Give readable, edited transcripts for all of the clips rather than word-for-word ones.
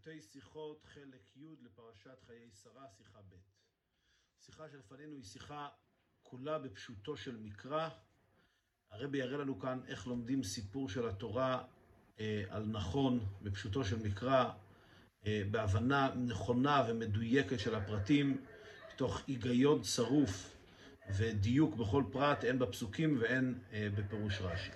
פשוטי שיחות, חלק י' לפרשת חיי שרה, שיחה ב'. שיחה שלפנינו היא שיחה כולה בפשוטו של מקרא. הרבי יראה לנו כאן איך לומדים סיפור של התורה על נכון, בפשוטו של מקרא, בהבנה נכונה ומדויקת של הפרטים, מתוך היגיון צרוף ודיוק בכל פרט, הן בפסוקים והן בפירוש רש"י.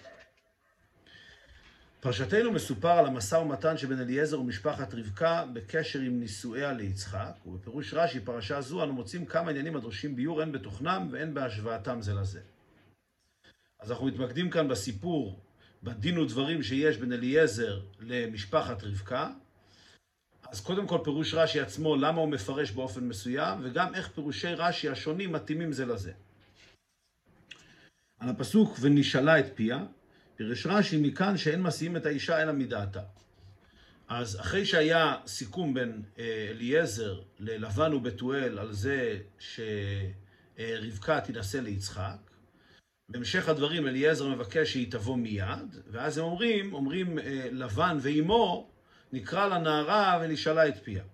פרשתנו מסופר על המשא ומתן שבין אליעזר ומשפחת רבקה בקשר עם נישואיה ליצחק, ובפירוש רש"י פרשה זו אנו מוצאים כמה עניינים הדורשים ביור הן בתוכנם והן בהשוואתם זה לזה. אז אנחנו מתמקדים כאן בסיפור, בדין ודברים שיש בין אליעזר למשפחת רבקה. אז קודם כל פירוש רש"י עצמו, למה הוא מפרש באופן מסוים, וגם איך פירושי רש"י השונים מתאימים זה לזה. על הפסוק ונשאלה את פיה, פירש רש"י מכאן שאין מסיעים את האישה אלא מדעתה. אז אחרי שהיה סיכום בין אליעזר ללבן ובתואל על זה שרבקה תינשא ליצחק, בהמשך הדברים אליעזר מבקש שהיא תבוא מיד, ואז הם אומרים לבן ואימו, נקרא לנערה ונשאלה את פיה.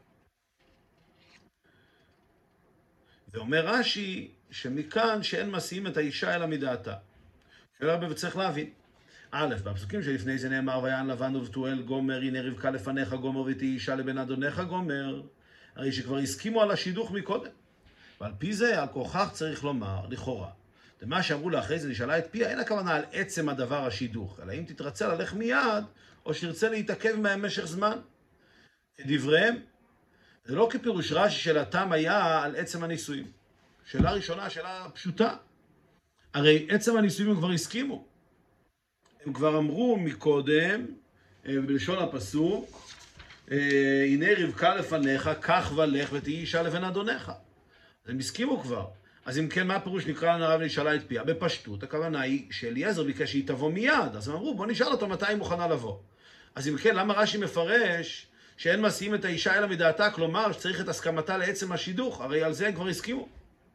ואומר רש"י שמכאן שאין מסיעים את האישה אלא מדעתה. שאלה צריך להבין. א', בפסוקים שלפני זה נאמר ויען לבן ובתואל גומר, הנה רבקה לפניך גומר ותהי אישה לבן אדונך גומר. הרי שכבר הסכימו על השידוך מקודם. ועל פי זה, על כוכך צריך לומר, לכאורה. ומה שאמרו לה אחרי זה נשאלה את פיה, אין הכוונה על עצם הדבר השידוך, אלא אם תתרצה ללך מיד, או שתרצה להתעכב מהם משך זמן. דבריהם, זה לא כפירוש רש"י של התם היה על עצם הנישואים. שאלה ראשונה, שאלה פשוטה. הרי עצם הנישואים הם כבר הסכימו. הם כבר אמרו מקודם, בלשון הפסוק, הנה רבקה לפניך, קח ולך ותהי אישה לבן אדונך. הם הסכימו כבר. אז אם כן, מה הפירוש נקרא לנערה ונשאלה את פיה? בפשטות, הכוונה היא שאליעזר ביקש שהיא תבוא מיד. אז הם אמרו, בוא נשאל אותו מתי היא מוכנה לבוא. אז אם כן, למה רש"י מפרש שאין מסיעים את האישה אלא מדעתה? כלומר, שצריך את הסכמתה לעצם השידוך. הרי על זה הם כבר הסכימו.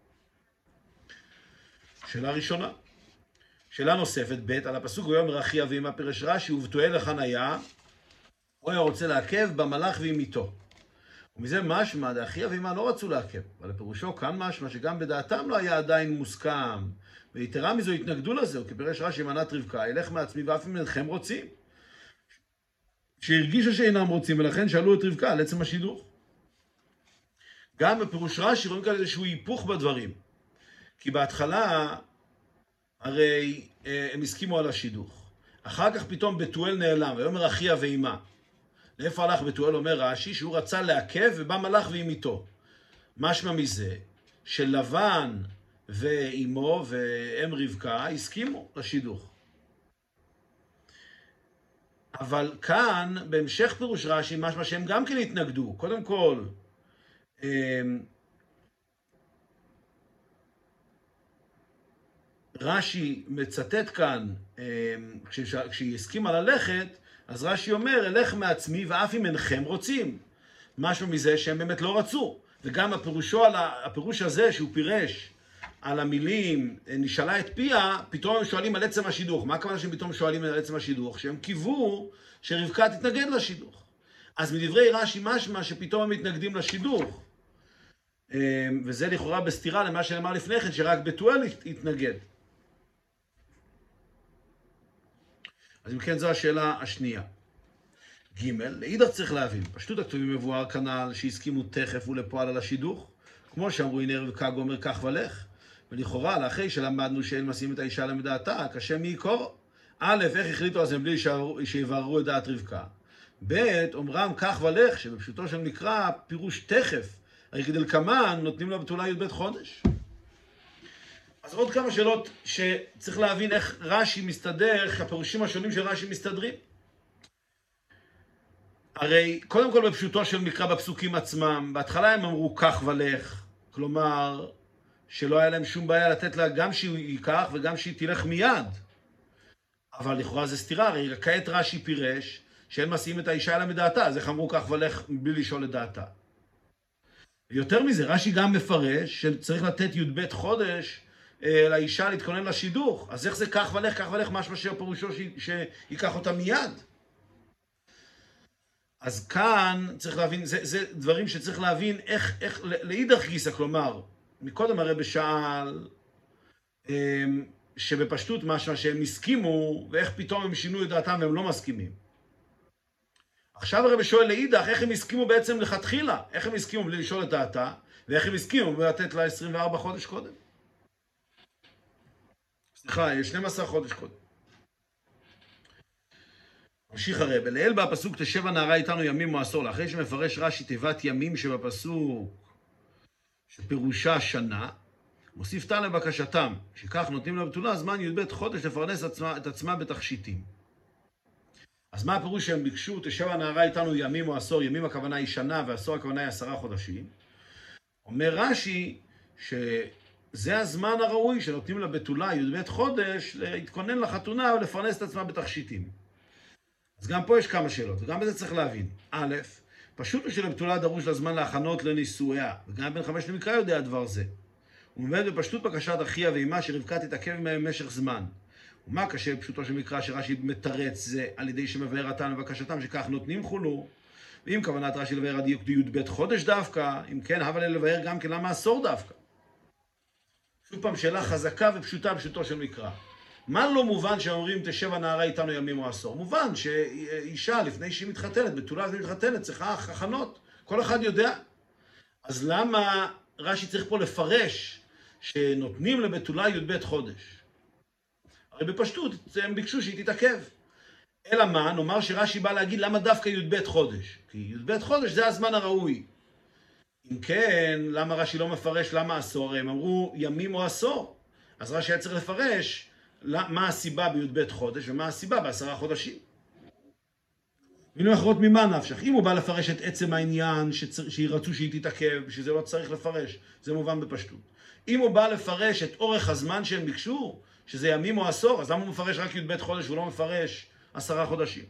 שאלה ראשונה. שאלה נוספת, ב' על הפסוק ויאמר אחיה ואמא, פירש רש"י ובתואל לחניה, הוא היה רוצה לעכב במלאך ועם איתו. ומזה משמע, אחיה ואמא לא רצו לעכב, אבל לפירושו כאן משמע שגם בדעתם לא היה עדיין מוסכם, ויתרה מזו התנגדו לזה, כי פירש רש"י מנת רבקה, ילך מעצמי ואף אם אינכם רוצים. שהרגישו שאינם רוצים, ולכן שאלו את רבקה על עצם השידוך. גם בפירוש רש"י רואים כאן איזשהו היפוך בדברים, כי בהתחלה הרי הם הסכימו על השידוך. אחר כך פתאום בתואל נעלם, ויאמר אחיה ואמא. לאיפה הלך בתואל? אומר רש"י שהוא רצה לעכב ובא מלאך ועם איתו. משמע מזה שלבן ואימו ואם רבקה הסכימו לשידוך. אבל כאן בהמשך פירוש רש"י משמע שהם גם כן התנגדו. קודם כל, רש"י מצטט כאן, כשהיא הסכימה ללכת, אז רש"י אומר, אלך מעצמי ואף אם אינכם רוצים. משהו מזה שהם באמת לא רצו. וגם הפירוש הזה שהוא פירש על המילים, נשאלה את פיה, פתאום הם שואלים על עצם השידוך. מה הכוונה שהם פתאום שואלים על עצם השידוך? שהם קיוו שרבקה תתנגד לשידוך. אז מדברי רש"י משמע שפתאום הם מתנגדים לשידוך. וזה לכאורה בסתירה למה שנאמר לפני כן, שרק בתואל התנגד. אז אם כן, זו השאלה השנייה. ג' לאידך צריך להבין, פשטות הכתובים מבואר כנ"ל שהסכימו תכף ולפועל על השידוך, כמו שאמרו הנה רבקה גומר קח ולך, ולכאורה לאחרי שלמדנו שאין מסיעים את האישה למדעתה, קשה מעיקרו. א', איך החליטו אז הם בלי שיבררו את דעת רבקה? ב', אומרם קח ולך, שבפשוטו של מקרא פירוש תכף, הרי כדלקמן נותנים לו בתולה י"ב חודש. אז עוד כמה שאלות שצריך להבין איך רש"י מסתדר, איך הפירושים השונים של רש"י מסתדרים. הרי קודם כל בפשוטו של מקרא בפסוקים עצמם, בהתחלה הם אמרו קח ולך, כלומר שלא היה להם שום בעיה לתת לה גם שהיא ייקח וגם שהיא תלך מיד. אבל לכאורה זה סתירה, הרי כעת רש"י פירש שאין מסיעים את האישה אלא מדעתה, אז איך אמרו קח ולך בלי לשאול את דעתה. יותר מזה, רש"י גם מפרש שצריך לתת י"ב חודש לאישה להתכונן לשידוך. אז איך זה כך ולך, משמע שפירושו שיקח אותה מיד. אז כאן צריך להבין, זה דברים שצריך להבין איך לאידך גיסא, כלומר, מקודם הרב שאל, שבפשטות משמע שהם הסכימו, ואיך פתאום הם שינו את דעתם והם לא מסכימים. עכשיו הרב שואל לאידך, איך הם הסכימו בעצם לכתחילה? איך הם הסכימו בלי לשאול את דעתה, ואיך הם הסכימו בלי לתת לה 24 חודש קודם? סליחה, 12 חודש קודם. ממשיך הרב, לאל בפסוק תשבע נערה איתנו ימים או עשור, לאחרי שמפרש רש"י תיבת ימים שבפסוק, שפירושה שנה, מוסיף טעם לבקשתם, שכך נותנים לבתולה זמן י"ב חודש לפרנס את עצמה בתכשיטים. אז מה הפירוש שהם ביקשו, תשבע נערה איתנו ימים או עשור, ימים הכוונה היא שנה ועשור הכוונה היא 10 חודשים. אומר רש"י שזה הזמן הראוי שנותנים לבתולה י"ב חודש להתכונן לחתונה ולפרנס את עצמה בתכשיטים. אז גם פה יש כמה שאלות, וגם בזה צריך להבין. א', פשוט הוא שלבתולה דרוש לזמן להכנות לנישואיה, וגם בן 5 למקרא יודע דבר זה. הוא מביא בפשטות בקשת אחיה ואימה שרבקה תתעכב מהם במשך זמן. ומה קשה בפשוטו של מקרא שרש"י מתרץ זה על ידי שמבאר התן לבקשתם שכך נותנים חולו, ואם כוונת רש"י לבאר עד י"ב חודש דווקא, אם כן, הבה לבאר גם כן למה עשור דווקא. שוב פעם שאלה חזקה ופשוטה בפשוטו של מקרא. מה לא מובן שאומרים תשבע נערה איתנו ימים או עשור? מובן שאישה לפני שהיא מתחתנת, בתולה לפני מתחתנת, צריכה הכנות. כל אחד יודע. אז למה רש"י צריך פה לפרש שנותנים לבתולה י"ב חודש? הרי בפשטות הם ביקשו שהיא תתעכב. אלא מה? נאמר שרש"י בא להגיד למה דווקא י"ב חודש? כי י"ב חודש זה הזמן הראוי. אם כן, למה רש"י לא מפרש למה עשור? הם אמרו ימים או עשור. אז רש"י היה צריך לפרש מה הסיבה בי"ב חודש ומה הסיבה ב10 חודשים. מילים אחרות ממה נפשך? אם הוא בא לפרש את עצם העניין שירצו שהיא תתעכב, שזה לא צריך לפרש, זה מובן בפשטות. אם הוא בא לפרש את אורך הזמן שהם ביקשו, שזה ימים או עשור, אז למה הוא מפרש רק י"ב חודש ולא מפרש 10 חודשים?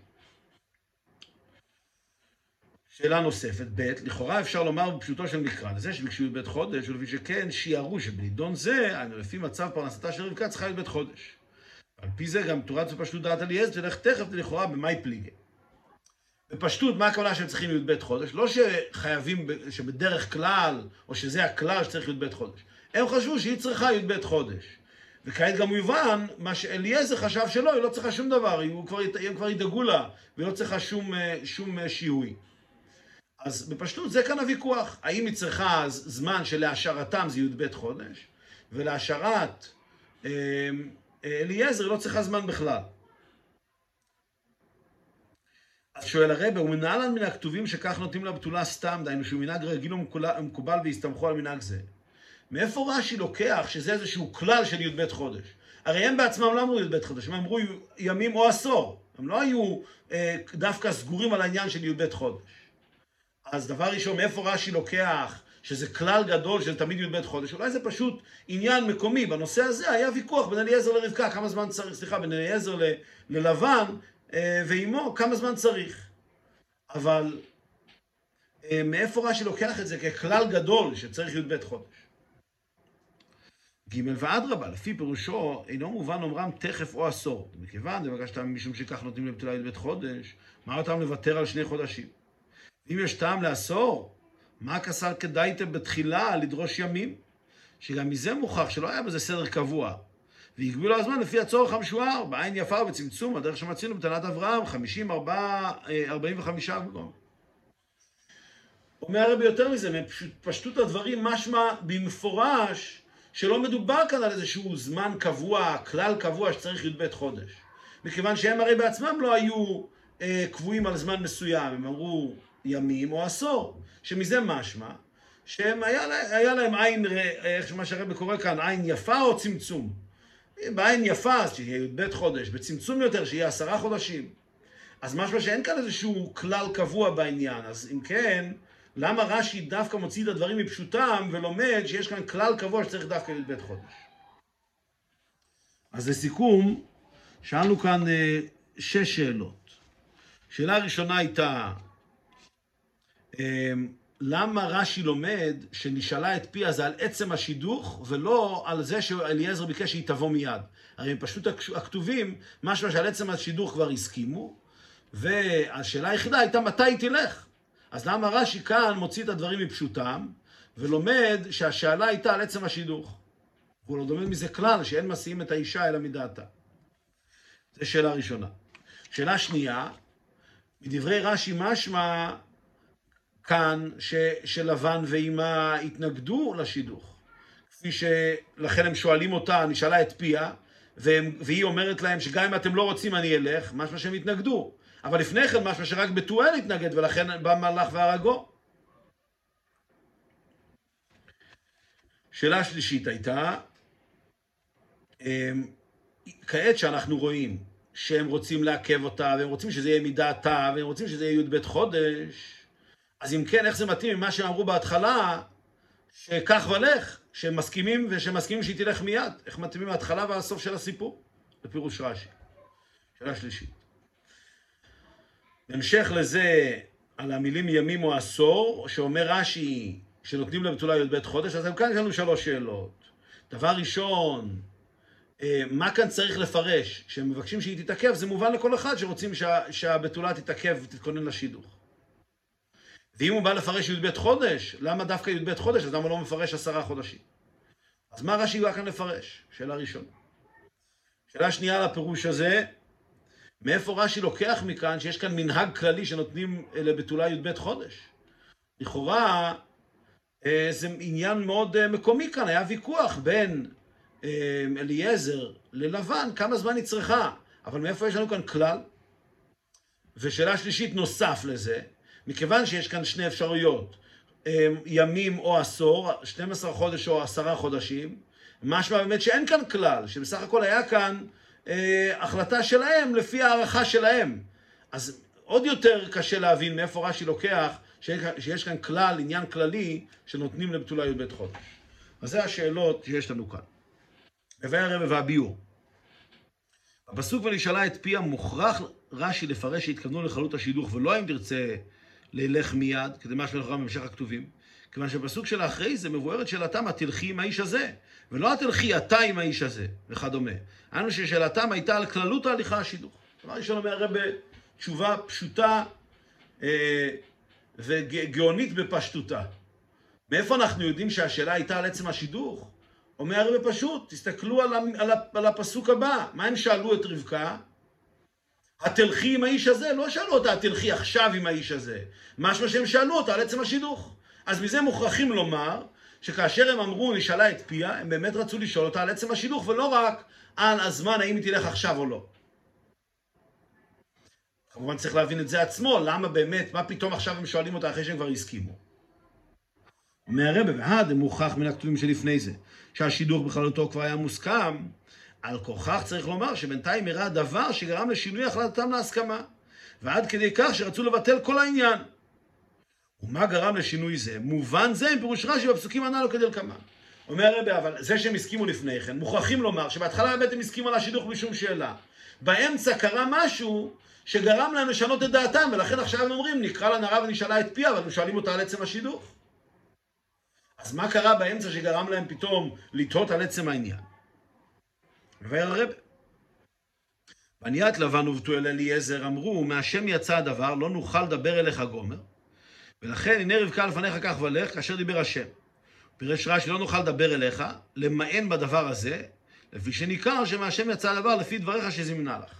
שאלה נוספת, ב', לכאורה אפשר לומר בפשוטו של מקרא, לזה שביקשו י"ב חודש, ולפי שכן שיערו שבנידון זה, לפי מצב פרנסתה של רבקה צריכה י"ב חודש. על פי זה גם תורת בפשטות דעת אליעזר, תלך תכף לכאורה במאי פליגי. בפשטות, מה הכוונה שהם צריכים י"ב חודש? לא שחייבים, שבדרך כלל, או שזה הכלל שצריך י"ב חודש. הם חשבו שהיא צריכה י"ב חודש. וכעת גם יובן, מה שאליעזר חשב שלא, היא לא צריכה שום דבר, הם כבר ידאגו לה, והיא לא צריכה שום שיהוי. אז בפשטות זה כאן הוויכוח. האם היא צריכה זמן שלהשארתם זה י"ב חודש, ולהשארת אליעזר היא לא צריכה זמן בכלל. אז שואל הרב, הוא מנהלן מן הכתובים שכך נותנים לבתולה סתם, דיינו שהוא מנהג רגיל ומקובל והסתמכו על מנהג זה. מאיפה רש"י לוקח שזה איזשהו כלל של י"ב חודש? הרי הם בעצמם לא אמרו י"ב חודש, הם אמרו ימים או עשור. הם לא היו דווקא סגורים על העניין של י"ב חודש. אז דבר ראשון, מאיפה רש"י לוקח שזה כלל גדול של תמיד י"ב חודש? אולי זה פשוט עניין מקומי. בנושא הזה היה ויכוח בין אליעזר לרבקה, כמה זמן צריך, סליחה, בין אליעזר ללבן ואימו, כמה זמן צריך. אבל מאיפה רש"י לוקח את זה ככלל גדול שצריך י"ב חודש? ג' ואדרבה, לפי פירושו, אינו מובן אומרם תכף או עשור. מכיוון, דבקשתם משום שכך נותנים לבתולה י"ב חודש, מה אותם לוותר על 2 חודשים? אם יש טעם לעשור, מה כסל כדאיתם בתחילה לדרוש ימים? שגם מזה מוכח שלא היה בזה סדר קבוע. והגבילו הזמן לפי הצורך המשוער, בעין יפה ובצמצום, הדרך שמצינו בתנת אברהם, 45 אגורות. אומר הרב יותר מזה, פשטות הדברים משמע במפורש, שלא מדובר כאן על איזשהו זמן קבוע, כלל קבוע שצריך י"ב חודש. מכיוון שהם הרי בעצמם לא היו קבועים על זמן מסוים, הם אמרו ימים או עשור, שמזה משמע, שהם היה להם עין, איך מה שהרב קורא כאן, עין יפה או צמצום. בעין יפה, אז שיהיה י"ב חודש, בצמצום יותר, שיהיה 10 חודשים. אז משמע שאין כאן איזשהו כלל קבוע בעניין, אז אם כן, למה רש"י דווקא מוציא את הדברים מפשוטם ולומד שיש כאן כלל קבוע שצריך דווקא י"ב חודש? אז לסיכום, שאלנו כאן 6 שאלות. שאלה הראשונה הייתה, למה רש"י לומד שנשאלה את פיה זה על עצם השידוך ולא על זה שאליעזר ביקש שהיא תבוא מיד? הרי פשוט הכתובים, משהו שעל עצם השידוך כבר הסכימו, והשאלה היחידה הייתה מתי היא תלך. אז למה רש"י כאן מוציא את הדברים מפשוטם, ולומד שהשאלה הייתה על עצם השידוך. הוא לא לומד מזה כלל, שאין מסיעים את האישה אלא מדעתה. זו שאלה ראשונה. שאלה שנייה, מדברי רש"י משמע כאן שלבן ואימה התנגדו לשידוך. כפי שלכן הם שואלים אותה, נשאלה את פיה, והיא אומרת להם שגם אם אתם לא רוצים אני אלך, משמע שהם התנגדו. אבל לפני כן משמע שרק בתואל התנגד, ולכן בא מלאך והרגו. שאלה שלישית הייתה, כעת שאנחנו רואים שהם רוצים לעכב אותה, והם רוצים שזה יהיה מדעתה, והם רוצים שזה יהיה י"ב חודש, אז אם כן, איך זה מתאים ממה שהם אמרו בהתחלה, שכך ולך, שהם מסכימים ושמסכימים שהיא תלך מיד? איך מתאימים ההתחלה והסוף של הסיפור? בפירוש רש"י. שאלה שלישית. בהמשך לזה, על המילים ימים או עשור, שאומר רש"י שנותנים לבתולה י"ב חודש, אז כאן יש לנו 3 שאלות. דבר ראשון, מה כאן צריך לפרש? כשהם מבקשים שהיא תתעכב, זה מובן לכל אחד שרוצים שהבתולה תתעכב ותתכונן לשידוך. ואם הוא בא לפרש י"ב חודש, למה דווקא י"ב חודש? אז למה לא מפרש 10 חודשים? אז מה רש"י בא כאן לפרש? שאלה ראשונה. שאלה שנייה על הפירוש הזה, מאיפה רש"י לוקח מכאן שיש כאן מנהג כללי שנותנים לבתולה י"ב חודש? לכאורה, זה עניין מאוד מקומי כאן, היה ויכוח בין אליעזר ללבן, כמה זמן היא צריכה, אבל מאיפה יש לנו כאן כלל? ושאלה שלישית נוסף לזה, מכיוון שיש כאן 2 אפשרויות, ימים או עשור, 12 חודש או 10 חודשים, משמע באמת שאין כאן כלל, שבסך הכל היה כאן החלטה שלהם לפי הערכה שלהם. אז עוד יותר קשה להבין מאיפה רש"י לוקח שיש כאן כלל, עניין כללי, שנותנים לבתולה י"ב חודש. אז זה השאלות שיש לנו כאן. הווי הרב והביאור. הפסוק ונשאלה את פיה מוכרח רש"י לפרש שהתכוונו לחלות השידוך, ולא אם תרצה ללך מיד, כדי מה שלכאורה במשך הכתובים, כיוון שבפסוק של האחרי זה מבוארת שאלתם התלכי עם האיש הזה, ולא התלכי אתה עם האיש הזה, וכדומה. היינו ששאלתם הייתה על כללות ההליכה השידוך. דבר ראשון אומר הרב תשובה פשוטה וגאונית בפשטותה. מאיפה אנחנו יודעים שהשאלה הייתה על עצם השידוך? אומר הרב פשוט, תסתכלו על הפסוק הבא. מה הם שאלו את רבקה? התלכי עם האיש הזה? לא שאלו אותה, התלכי עכשיו עם האיש הזה. משמע שהם שאלו אותה על עצם השידוך. אז מזה מוכרחים לומר שכאשר הם אמרו נשאלה את פיה, הם באמת רצו לשאול אותה על עצם השידוך, ולא רק על הזמן האם היא תלך עכשיו או לא. כמובן צריך להבין את זה עצמו, למה באמת, מה פתאום עכשיו הם שואלים אותה אחרי שהם כבר הסכימו. מהרבא והד, הם מוכח מן הכתובים שלפני זה, שהשידוך בכללותו כבר היה מוסכם, על כוכך צריך לומר שבינתיים אירע דבר שגרם לשינוי החלטתם להסכמה, ועד כדי כך שרצו לבטל כל העניין. ומה גרם לשינוי זה? מובן זה עם פירוש רש"י בפסוקים הנ"ל כדלקמן. אומר הרבא, אבל זה שהם הסכימו לפני כן, מוכרחים לומר שבהתחלה באמת הם הסכימו על השידוך בלי שום שאלה. באמצע קרה משהו שגרם להם לשנות את דעתם, ולכן עכשיו הם אומרים, נקרא לנערה ונשאלה את פיה, אבל הם שואלים אותה על עצם השידוך. אז מה קרה באמצע שגרם להם פתאום לתהות על עצם העניין? מבאר הרבא. בניית לבן ובתואל אליעזר אמרו, מהשם יצא הדבר, לא נוכל לדבר אליך גומר, ולכן הנה רבקה לפניך כך ולך, כאשר דיבר השם. פירש רש"י, לא נוכל לדבר אליך, למען בדבר הזה, לפי שניכר שמהשם יצא הדבר, לפי דבריך שזימנה לך.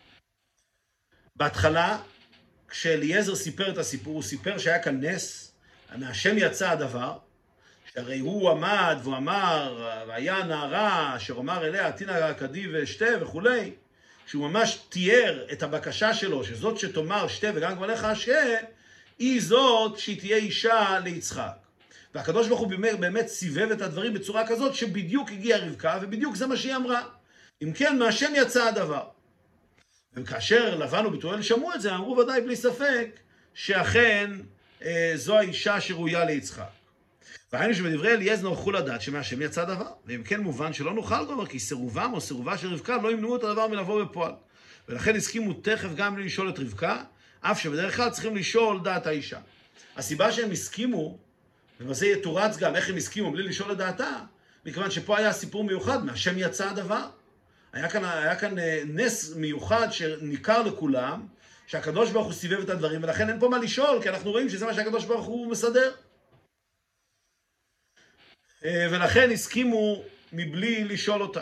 בהתחלה, כשאליעזר סיפר את הסיפור, הוא סיפר שהיה כאן נס, מהשם יצא הדבר, שהרי הוא עמד והוא אמר, והיה נערה אשר אמר אליה, תינא כדי ושתה וכולי, שהוא ממש תיאר את הבקשה שלו, שזאת שתאמר שתה וגם גמליך אשה, היא זאת שהיא תהיה אישה ליצחק. והקדוש ברוך הוא באמת סיבב את הדברים בצורה כזאת, שבדיוק הגיעה רבקה, ובדיוק זה מה שהיא אמרה. אם כן, מהשם יצא הדבר. וכאשר לבן ובתואל שמעו את זה, אמרו ודאי בלי ספק, שאכן זו האישה שראויה ליצחק. והיינו שבדברי אליעזר נוכחו לדעת שמהשם יצא דבר. ואם כן מובן שלא נוכל לומר, כי סירובם או סירובה של רבקה לא ימנעו את הדבר מלבוא בפועל. ולכן הסכימו תכף גם לשאול את רבקה, אף שבדרך כלל צריכים לשאול דעת האישה. הסיבה שהם הסכימו, ובזה יתורץ גם איך הם הסכימו בלי לשאול את דעתה, מכיוון שפה היה סיפור מיוחד, מהשם יצא הדבר. היה כאן נס מיוחד שניכר לכולם, שהקדוש ברוך הוא סיבב את הדברים, ולכן אין פה מה לשאול, כי אנחנו רואים שזה מה שהקדוש ברוך הוא מסדר. ולכן הסכימו מבלי לשאול אותה.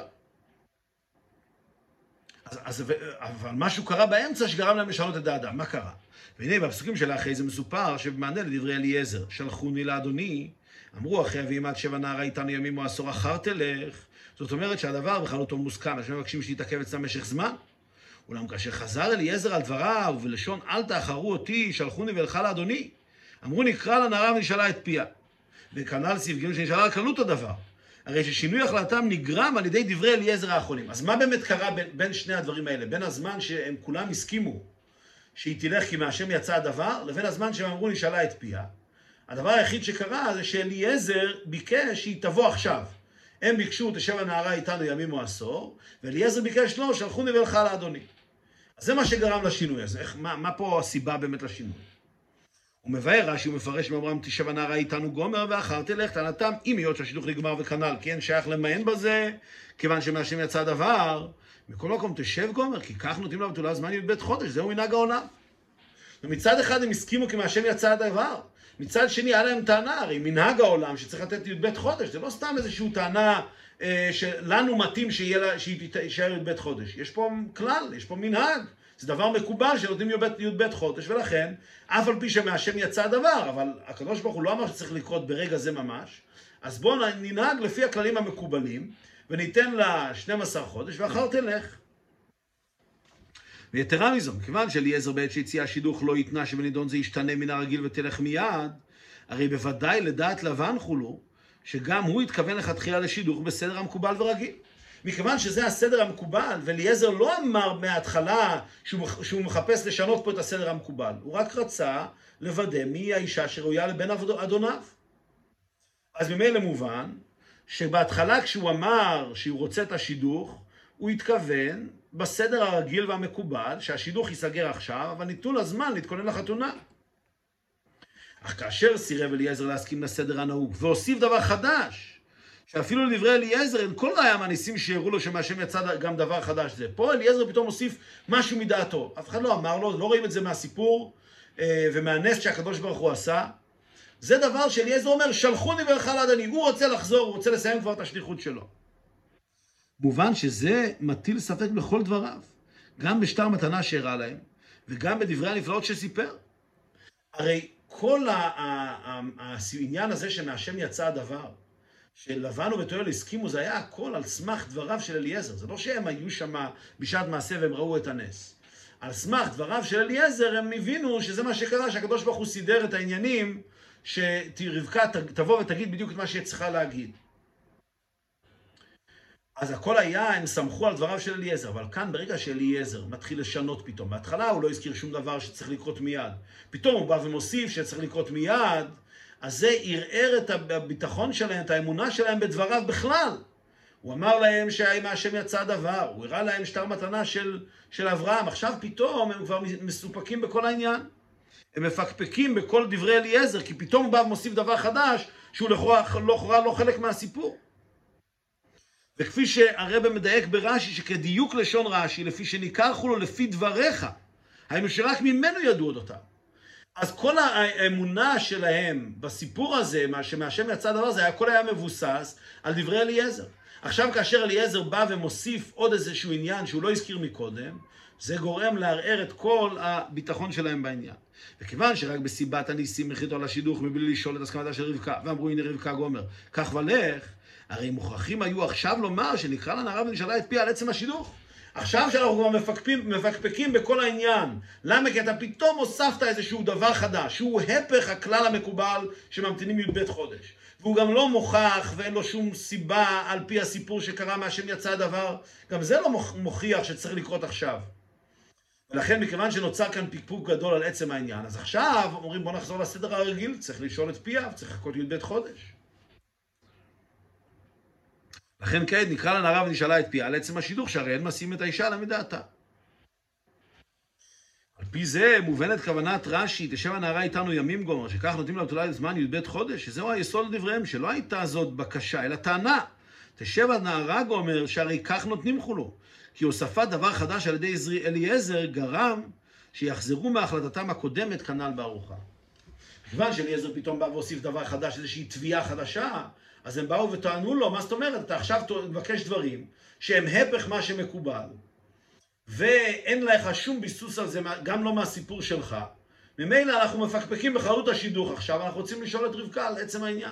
אבל משהו קרה באמצע שגרם להם לשנות את דעתם. מה קרה? והנה בפסוקים שלה אחרי זה מסופר שבמענה לדברי אליעזר, שלחוני לאדוני, אמרו אחרי אבימת 7 נערה איתנו ימים או עשור אחר תלך. זאת אומרת שהדבר בכללותו מוסכם, אנשים מבקשים שתתעכב אצלם במשך זמן. אולם כאשר חזר אליעזר על דבריו ובלשון אל תאחרו אותי, שלחוני ואלכה לאדוני, אמרו נקרא לנערה ונשאלה את פיה. וכנ"ל ספגים שנשאלה על כללות הדבר. הרי ששינוי החלטתם נגרם על ידי דברי אליעזר האחרונים. אז מה באמת קרה בין שני הדברים האלה? בין הזמן שהם כולם הסכימו שהיא תלך כי מהשם יצא הדבר, לבין הזמן שהם אמרו נשאלה את פיה. הדבר היחיד שקרה זה שאליעזר ביקש שהיא תבוא עכשיו. הם ביקשו תשב הנערה איתנו ימים או עשור, ואליעזר ביקש לא, שלחוני ואלכה לאדוני. אז זה מה שגרם לשינוי הזה. מה פה הסיבה באמת לשינוי? הוא מבאר רש"י ומפרש מאמרם תשב הנערה איתנו גומר ואחר תלך, טענתם אם היות שהשידוך נגמר וכנ"ל, כי אין שייך למען בזה, כיוון שמהשם יצא דבר, מכל מקום תשב גומר, כי כך נותנים לה בתולה זמן י"ב חודש, זהו מנהג העולם. ומצד אחד הם הסכימו כי מהשם יצא הדבר, מצד שני היה להם טענה, הרי מנהג העולם שצריך לתת י"ב חודש, זה לא סתם איזושהי טענה שלנו מתאים שיהיה י"ב חודש. יש פה כלל, יש פה מנהג. זה דבר מקובל שנותנים י"ב חודש, ולכן, אף על פי שמהשם יצא הדבר, אבל הקדוש ברוך הוא לא אמר שצריך לקרות ברגע זה ממש, אז בואו ננהג לפי הכללים המקובלים, וניתן לה 12 חודש, ואחר תלך. ויתרה מזו, כיוון שאליעזר בעת שהציע השידוך לא יתנה שבנידון זה ישתנה מן הרגיל ותלך מיד, הרי בוודאי לדעת לבן חולו, שגם הוא התכוון לכתחילה לשידוך בסדר המקובל ורגיל. מכיוון שזה הסדר המקובל, ואליעזר לא אמר מההתחלה שהוא מחפש לשנות פה את הסדר המקובל. הוא רק רצה לוודא מי האישה שראויה לבן אדוניו. אז ממילא מובן שבהתחלה כשהוא אמר שהוא רוצה את השידוך, הוא התכוון בסדר הרגיל והמקובל שהשידוך ייסגר עכשיו, אבל ניתנו לה זמן להתכונן לחתונה. אך כאשר סירב אליעזר להסכים לסדר הנהוג והוסיף דבר חדש, שאפילו לדברי אליעזר אין כל ראיה מהניסים שיראו לו שמהשם יצא גם דבר חדש זה. פה אליעזר פתאום הוסיף משהו מדעתו. אף אחד לא אמר לו, לא רואים את זה מהסיפור ומהנס שהקדוש ברוך הוא עשה. זה דבר שאליעזר אומר, שלחוני ואלכה לאדוני. הוא רוצה לחזור, הוא רוצה לסיים כבר את השליחות שלו. מובן שזה מטיל ספק בכל דבריו. גם בשטר מתנה שהראה להם, וגם בדברי הנפלאות שסיפר. הרי כל העניין הזה שמהשם יצא הדבר, שלבן ובתואל הסכימו, זה היה הכל על סמך דבריו של אליעזר. זה לא שהם היו שם בשעת מעשה והם ראו את הנס. על סמך דבריו של אליעזר הם הבינו שזה מה שקרה, שהקדוש ברוך הוא סידר את העניינים, שרבקה תבוא ותגיד בדיוק את מה שהיא צריכה להגיד. אז הכל היה, הם סמכו על דבריו של אליעזר, אבל כאן ברגע שאליעזר מתחיל לשנות פתאום, בהתחלה הוא לא הזכיר שום דבר שצריך לקרות מיד. פתאום הוא בא ומוסיף שצריך לקרות מיד, אז זה ערער את הביטחון שלהם, את האמונה שלהם בדבריו בכלל. הוא אמר להם שהשם יצא דבר, הוא הראה להם שטר מתנה של אברהם, עכשיו פתאום הם כבר מסופקים בכל העניין. הם מפקפקים בכל דברי אליעזר, כי פתאום הוא בא ומוסיף דבר חדש, שהוא לכאורה לא חלק מהסיפור. וכפי שהרבא מדייק ברש"י, שכדיוק לשון רש"י, לפי שניכרכו לו לפי דבריך, היינו שרק ממנו ידעו אותם. אז כל האמונה שלהם בסיפור הזה, שמהשם יצא דבר הזה, הכל היה מבוסס על דברי אליעזר. עכשיו כאשר אליעזר בא ומוסיף עוד איזשהו עניין שהוא לא הזכיר מקודם, זה גורם לערער את כל הביטחון שלהם בעניין. וכיוון שרק בסיבת הניסים החליטו על השידוך מבלי לשאול את הסכמתה של רבקה, ואמרו הנה רבקה גומר, כך ולך, הרי מוכרחים היו עכשיו לומר שנקרא לנערה ונשאלה את פיה על עצם השידוך. עכשיו שאנחנו כבר מפקפקים בכל העניין. למה? כי אתה פתאום הוספת איזשהו דבר חדש, שהוא הפך הכלל המקובל שממתינים י"ב חודש. והוא גם לא מוכח ואין לו שום סיבה על פי הסיפור שקרה מהשם יצא הדבר. גם זה לא מוכיח שצריך לקרות עכשיו. ולכן מכיוון שנוצר כאן פקפוק גדול על עצם העניין, אז עכשיו אומרים בוא נחזור לסדר הרגיל, צריך לשאול את פיה, צריך לחכות י"ב חודש. לכן כעת נקרא לנערה ונשאלה את פיה על עצם השידוך, שהרי אין משים את האישה למדעתה. על פי זה מובנת כוונת רש"י, תשב הנערה איתנו ימים גומר, שכך נותנים לה בתולה זמן י"ב חודש, שזהו היסוד לדבריהם, שלא הייתה זאת בקשה, אלא טענה. תשב הנערה גומר, שהרי כך נותנים חולו. כי הוספת דבר חדש על ידי אליעזר גרם שיחזרו מהחלטתם הקודמת כנ"ל בארוחה. כיוון שאליעזר פתאום בא והוסיף דבר חדש, איזושהי תביעה חדשה, אז הם באו וטענו לו, מה זאת אומרת? אתה עכשיו מבקש דברים שהם הפך מה שמקובל, ואין לך שום ביסוס על זה, גם לא מהסיפור שלך. ממילא אנחנו מפקפקים בחלות השידוך עכשיו, אנחנו רוצים לשאול את רבקה על עצם העניין.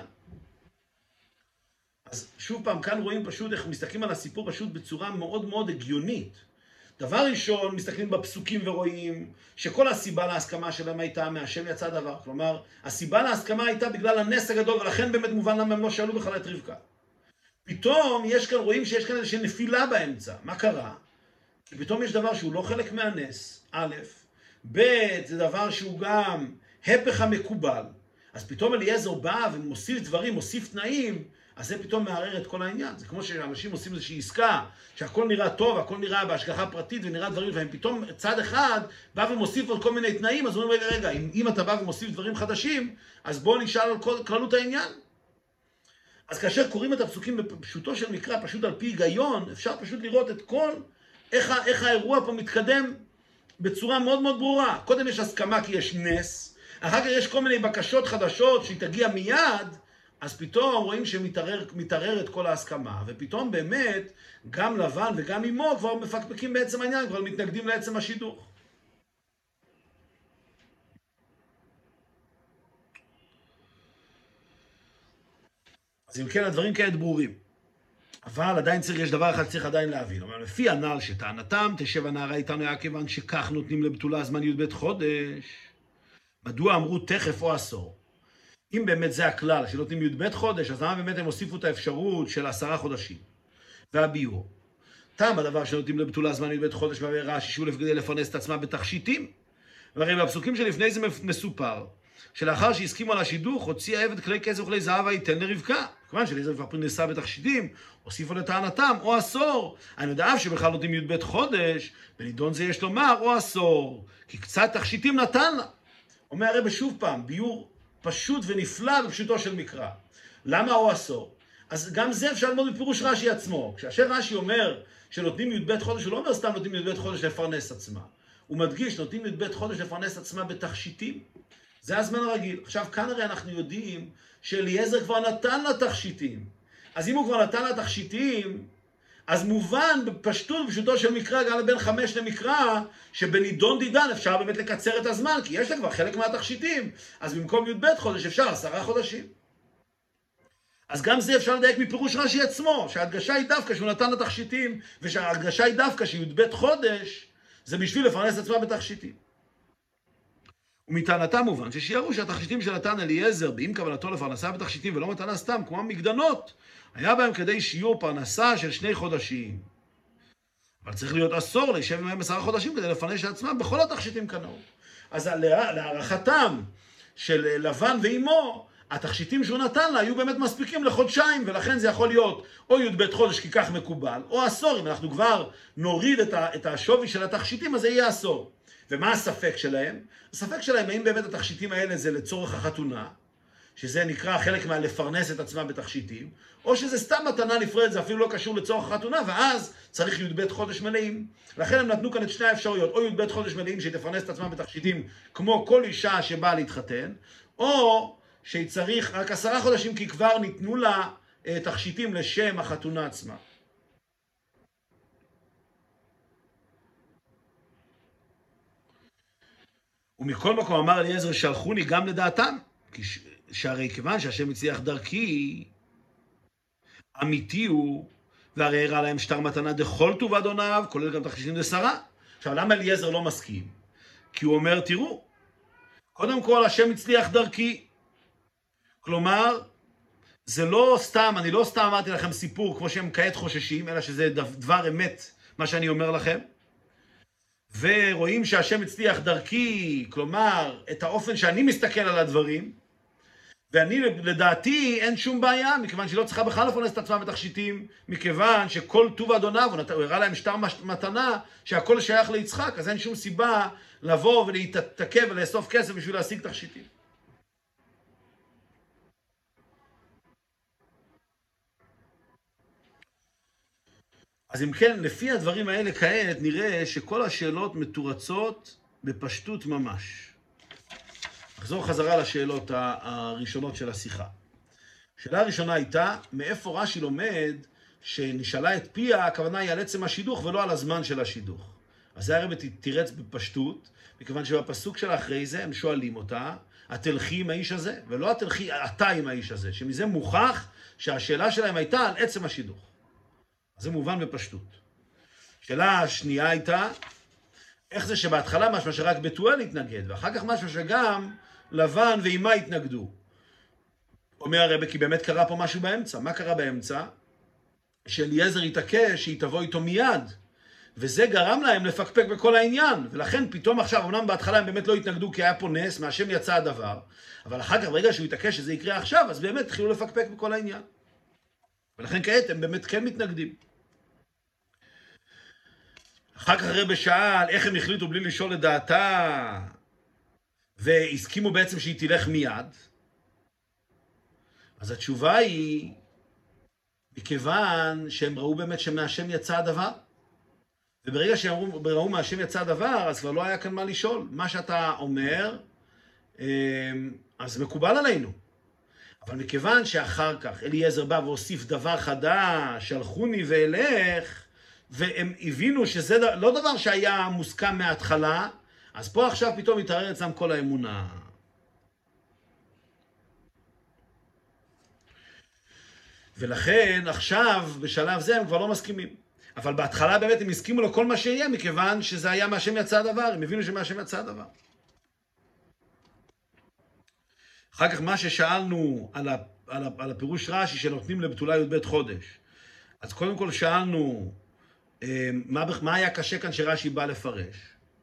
אז שוב פעם, כאן רואים פשוט איך מסתכלים על הסיפור פשוט בצורה מאוד מאוד הגיונית. דבר ראשון, מסתכלים בפסוקים ורואים שכל הסיבה להסכמה שלהם הייתה מהשם יצא דבר. כלומר, הסיבה להסכמה הייתה בגלל הנס הגדול, ולכן באמת מובן למה הם לא שאלו בכלל את רבקה. פתאום יש כאן, רואים שיש כאן איזושהי נפילה באמצע. מה קרה? כי פתאום יש דבר שהוא לא חלק מהנס, א', ב', זה דבר שהוא גם הפך המקובל. אז פתאום אליעזר בא ומוסיף דברים, מוסיף תנאים, אז זה פתאום מערער את כל העניין. זה כמו שאנשים עושים איזושהי עסקה, שהכל נראה טוב, הכל נראה בהשגחה פרטית ונראה דברים, והם פתאום צד אחד בא ומוסיף עוד כל מיני תנאים, אז אומרים, רגע, אם אתה בא ומוסיף דברים חדשים, אז בואו נשאל על כל כללות העניין. אז כאשר קוראים את הפסוקים בפשוטו של מקרא, פשוט על פי היגיון, אפשר פשוט לראות את כל, איך האירוע פה מתקדם בצורה מאוד מאוד ברורה. קודם יש הסכמה כי יש נס, אחר כך יש כל מיני בקשות חדשות שהיא תגיע מיד, אז פתאום רואים שמתערערת כל ההסכמה, ופתאום באמת גם לבן וגם אמו כבר מפקפקים בעצם העניין, כבר מתנגדים לעצם השידוך. אז אם כן, הדברים כאלה ברורים. אבל עדיין יש דבר אחד צריך עדיין להבין. אבל לפי הנ"ל שטענתם, תשב הנערה איתנו היה כיוון שכך נותנים לבתולה זמן י"ב חודש. מדוע אמרו תכף או עשור? אם באמת זה הכלל שנותנים י"ב חודש, אז למה באמת הם הוסיפו את האפשרות של 10 חודשים? והביאור. טעם הדבר שנותנים לבתולה זמן י"ב חודש והרי שישו כדי לפרנס את עצמה בתכשיטים. והרי בפסוקים שלפני זה מסופר, שלאחר שהסכימו על השידוך, הוציא העבד כלי כסף וכלי זהב ויתן לרבקה. כמובן שאליעזר פרנסה בתכשיטים, הוסיפו לטענתם, או עשור. אני יודע שבכלל נותנים י"ב חודש, בנידון זה יש לומר, או עשור. כי קצת תכשיטים נתן לה. אומר הרב שוב פעם, ביור פשוט ונפלא בפשוטו של מקרא. למה או עשור? אז גם זה אפשר ללמוד בפירוש רש"י עצמו. כשאשר רש"י אומר שנותנים י"ב חודש, הוא לא אומר סתם נותנים י"ב חודש לפרנס עצמה. הוא מדגיש, נותנים י"ב חודש לפרנס עצמה בתכשיטים. זה הזמן הרגיל. עכשיו, כאן הרי אנחנו יודעים שאליעזר כבר נתן לה תכשיטים. אז אם הוא כבר נתן לה תכשיטים, אז מובן בפשטות, בפשוטו של מקרא, גם בין 5 למקרא, שבנידון דידן אפשר באמת לקצר את הזמן, כי יש לה כבר חלק מהתכשיטים. אז במקום י"ב חודש אפשר 10 חודשים. אז גם זה אפשר לדייק מפירוש רש"י עצמו, שההדגשה היא דווקא שהוא נתן לה תכשיטים, ושההדגשה היא דווקא שי"ב חודש, זה בשביל לפרנס עצמה בתכשיטים. ומטענתם מובן ששיערו שהתכשיטים שנתן אליעזר, באם כוונתו לפרנסה בתכשיטים ולא מתנה סתם, כמו המקדנות, היה בהם כדי שיעור פרנסה של 2 חודשים. אבל צריך להיות עשור להישב עמהם 10 חודשים כדי לפרנס עצמם בכל התכשיטים כנהוג. אז להערכתם של לבן ואימו, התכשיטים שהוא נתן לה היו באמת מספיקים לחודשיים, ולכן זה יכול להיות או י"ב חודש כי כך מקובל, או עשור. אם אנחנו כבר נוריד את השווי של התכשיטים, אז זה יהיה עשור. ומה הספק שלהם? הספק שלהם, האם באמת התכשיטים האלה זה לצורך החתונה, שזה נקרא חלק מהלפרנס את עצמה בתכשיטים, או שזה סתם מתנה נפרדת, זה אפילו לא קשור לצורך החתונה, ואז צריך י"ב חודש מלאים. לכן הם נתנו כאן את שני האפשרויות, או י"ב חודש מלאים שהיא תפרנס את עצמה בתכשיטים, כמו כל אישה שבאה להתחתן, או שהיא צריך רק 10 חודשים, כי כבר ניתנו לה תכשיטים לשם החתונה עצמה. ומכל מקום אמר אליעזר, שלחוני גם לדעתם, שהרי כיוון שהשם הצליח דרכי, אמיתי הוא, והרי הראה להם שטר מתנה דכל טוב אדוניו, כולל גם תכשיטים לשרה. עכשיו, למה אליעזר לא מסכים? כי הוא אומר, תראו, קודם כל השם הצליח דרכי. כלומר, זה לא סתם, אני לא סתם אמרתי לכם סיפור כמו שהם כעת חוששים, אלא שזה דבר אמת, מה שאני אומר לכם. ורואים שהשם הצליח דרכי, כלומר, את האופן שאני מסתכל על הדברים, ואני, לדעתי, אין שום בעיה, מכיוון שהיא לא צריכה בכלל לפרנס את עצמה בתכשיטים, מכיוון שכל טוב אדוניו, הוא הראה להם שטר מתנה, שהכל שייך ליצחק, אז אין שום סיבה לבוא ולהתעכב ולאסוף כסף בשביל להשיג תכשיטים. אז אם כן, לפי הדברים האלה כעת, נראה שכל השאלות מתורצות בפשטות ממש. נחזור חזרה לשאלות הראשונות של השיחה. השאלה הראשונה הייתה, מאיפה רש"י לומד שנשאלה את פיה, הכוונה היא על עצם השידוך ולא על הזמן של השידוך. אז זה הרב תירץ בפשטות, מכיוון שבפסוק של אחרי זה הם שואלים אותה, התלכי עם האיש הזה, ולא התלכי אתה עם האיש הזה, שמזה מוכח שהשאלה שלהם הייתה על עצם השידוך. אז זה מובן בפשטות. השאלה השנייה הייתה, איך זה שבהתחלה משמע שרק בתואל התנגד, ואחר כך משמע שגם לבן ואימה התנגדו. אומר הרב, כי באמת קרה פה משהו באמצע. מה קרה באמצע? שאליעזר התעקש שהיא תבוא איתו מיד, וזה גרם להם לפקפק בכל העניין, ולכן פתאום עכשיו, אמנם בהתחלה הם באמת לא התנגדו כי היה פה נס, מהשם יצא הדבר, אבל אחר כך ברגע שהוא התעקש שזה יקרה עכשיו, אז באמת התחילו לפקפק בכל העניין. ולכן כעת הם באמת כן מתנגדים. אחר כך הרב שאל איך הם החליטו בלי לשאול את דעתה, והסכימו בעצם שהיא תלך מיד. אז התשובה היא, מכיוון שהם ראו באמת שמהשם יצא הדבר. וברגע שהם ראו מהשם יצא הדבר, אז כבר לא היה כאן מה לשאול. מה שאתה אומר, אז מקובל עלינו. אבל מכיוון שאחר כך אליעזר בא והוסיף דבר חדש, שלחוני ואלך, והם הבינו שזה לא דבר שהיה מוסכם מההתחלה, אז פה עכשיו פתאום התערער אצלם כל האמונה. ולכן עכשיו בשלב זה הם כבר לא מסכימים. אבל בהתחלה באמת הם הסכימו לו כל מה שיהיה, מכיוון שזה היה מהשם יצא הדבר, הם הבינו שמהשם יצא הדבר. אחר כך מה ששאלנו על הפירוש רש"י שנותנים לבתולה י"ב חודש. אז קודם כל שאלנו, מה היה קשה כאן שרש"י בא לפרש?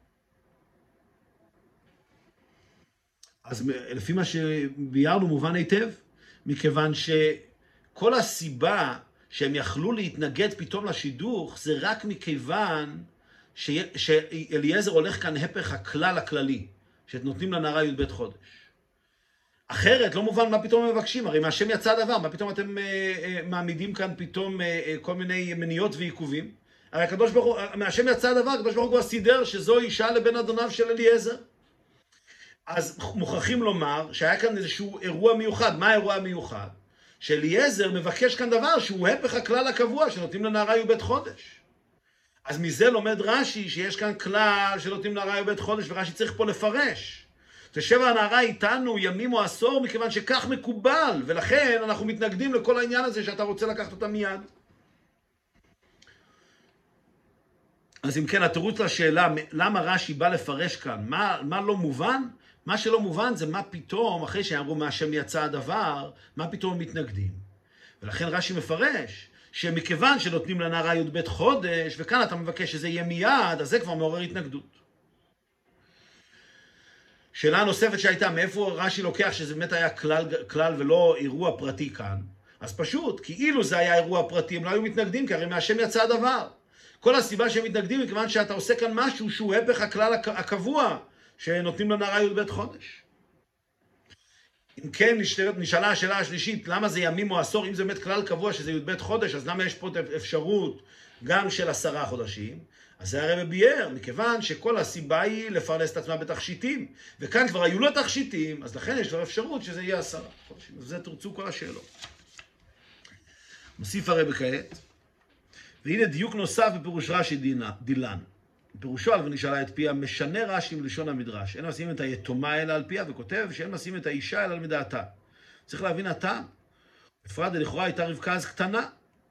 אז לפי מה שביארנו מובן היטב, מכיוון שכל הסיבה שהם יכלו להתנגד פתאום לשידוך, זה רק מכיוון שאליעזר הולך כאן הפך הכלל הכללי, שנותנים לנערה י"ב חודש. אחרת, לא מובן מה פתאום הם מבקשים, הרי מהשם יצא הדבר, מה פתאום אתם מעמידים כאן פתאום כל מיני מניעות ועיכובים? הרי הקדוש ברוך הוא, מהשם יצא הדבר, הקדוש ברוך הוא הסידר שזו אישה לבן אדוניו של אליעזר. אז מוכרחים לומר שהיה כאן איזשהו אירוע מיוחד. מה האירוע המיוחד? שאליעזר מבקש כאן דבר שהוא הפך הכלל הקבוע שנותנים לנערה י"ב חודש. אז מזה לומד רש"י שיש כאן כלל שנותנים לנערה י"ב חודש, ורש"י צריך פה לפרש. תשב הנערה איתנו ימים או עשור, מכיוון שכך מקובל, ולכן אנחנו מתנגדים לכל העניין הזה שאתה רוצה לקחת אותה מיד. אז אם כן, התירוץ לשאלה, למה רש"י בא לפרש כאן? מה לא מובן? מה שלא מובן זה מה פתאום, אחרי שאמרו מהשם יצא הדבר, מה פתאום הם מתנגדים. ולכן רש"י מפרש, שמכיוון שנותנים לנערה י"ב חודש, וכאן אתה מבקש שזה יהיה מיד, אז זה כבר מעורר התנגדות. שאלה נוספת שהייתה, מאיפה רש"י לוקח שזה באמת היה כלל ולא אירוע פרטי כאן? אז פשוט, כי אילו זה היה אירוע פרטי, הם לא היו מתנגדים, כי הרי מהשם יצא הדבר. כל הסיבה שהם מתנגדים היא כיוון שאתה עושה כאן משהו שהוא הפך הכלל הקבוע, שנותנים לנערה י"ב חודש. אם כן, נשאלה השאלה השלישית, למה זה ימים או עשור? אם זה באמת כלל קבוע שזה י"ב חודש, אז למה יש פה אפשרות גם של 10 חודשים? אז זה הרב ביאר, מכיוון שכל הסיבה היא לפרנס את עצמה בתכשיטים, וכאן כבר היו לו תכשיטים, אז לכן יש לו אפשרות שזה יהיה 10 חודשים. וזה תרצו כל השאלות. מוסיף הרב כעת, והנה דיוק נוסף בפירוש רש"י דילן. פירושו על ונשאלה את פיה, משנה רש"י מלשון המדרש. אין משים את היתומה אלא על פיה, וכותב שאין משים את האישה אלא על מדעתה. צריך להבין הטעם. בפרט לכאורה הייתה רבקה אז קטנה.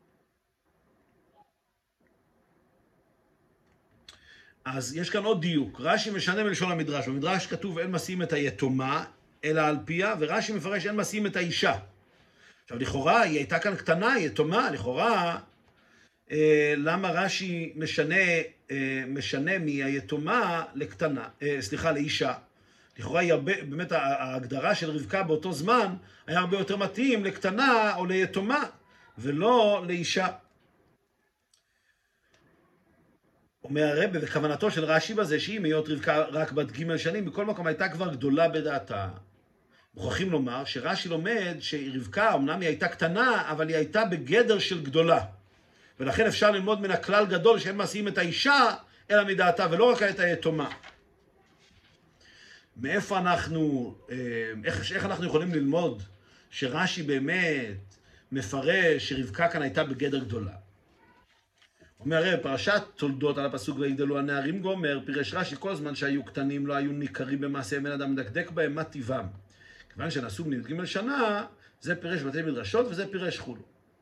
אז יש כאן עוד דיוק. רש"י משנה מלשון המדרש. במדרש כתוב אין משים את היתומה אלא על פיה, ורש"י מפרש אין משים את האישה. עכשיו לכאורה היא הייתה כאן קטנה, היא יתומה, לכאורה למה רש"י משנה מהיתומה לקטנה, לאישה. לכאורה היא באמת ההגדרה של רבקה באותו זמן היה הרבה יותר מתאים לקטנה או ליתומה, ולא לאישה. אומר הרב, וכוונתו של רש"י בזה שהיא מהיות רבקה רק בת ג' שנים, בכל מקום הייתה כבר גדולה בדעתה. מוכרחים לומר שרש"י לומד שרבקה, אמנם היא הייתה קטנה, אבל היא הייתה בגדר של גדולה. ולכן אפשר ללמוד מן הכלל גדול שאין משים את האישה אלא מדעתה, ולא רק את היתומה. מאיפה אנחנו, איך אנחנו יכולים ללמוד שרש"י באמת מפרש שרבקה כאן הייתה בגדר גדולה. אומר הרי בפרשת תולדות על הפסוק ויגדלו הנערים גומר, פירש רש"י כל הזמן שהיו קטנים לא היו ניכרים במעשיהם, אין אדם מדקדק בהם, מה טיבם. כיוון שנעשו בני י"ג שנה, זה פירש בתי מדרשות וזה פירש חולו.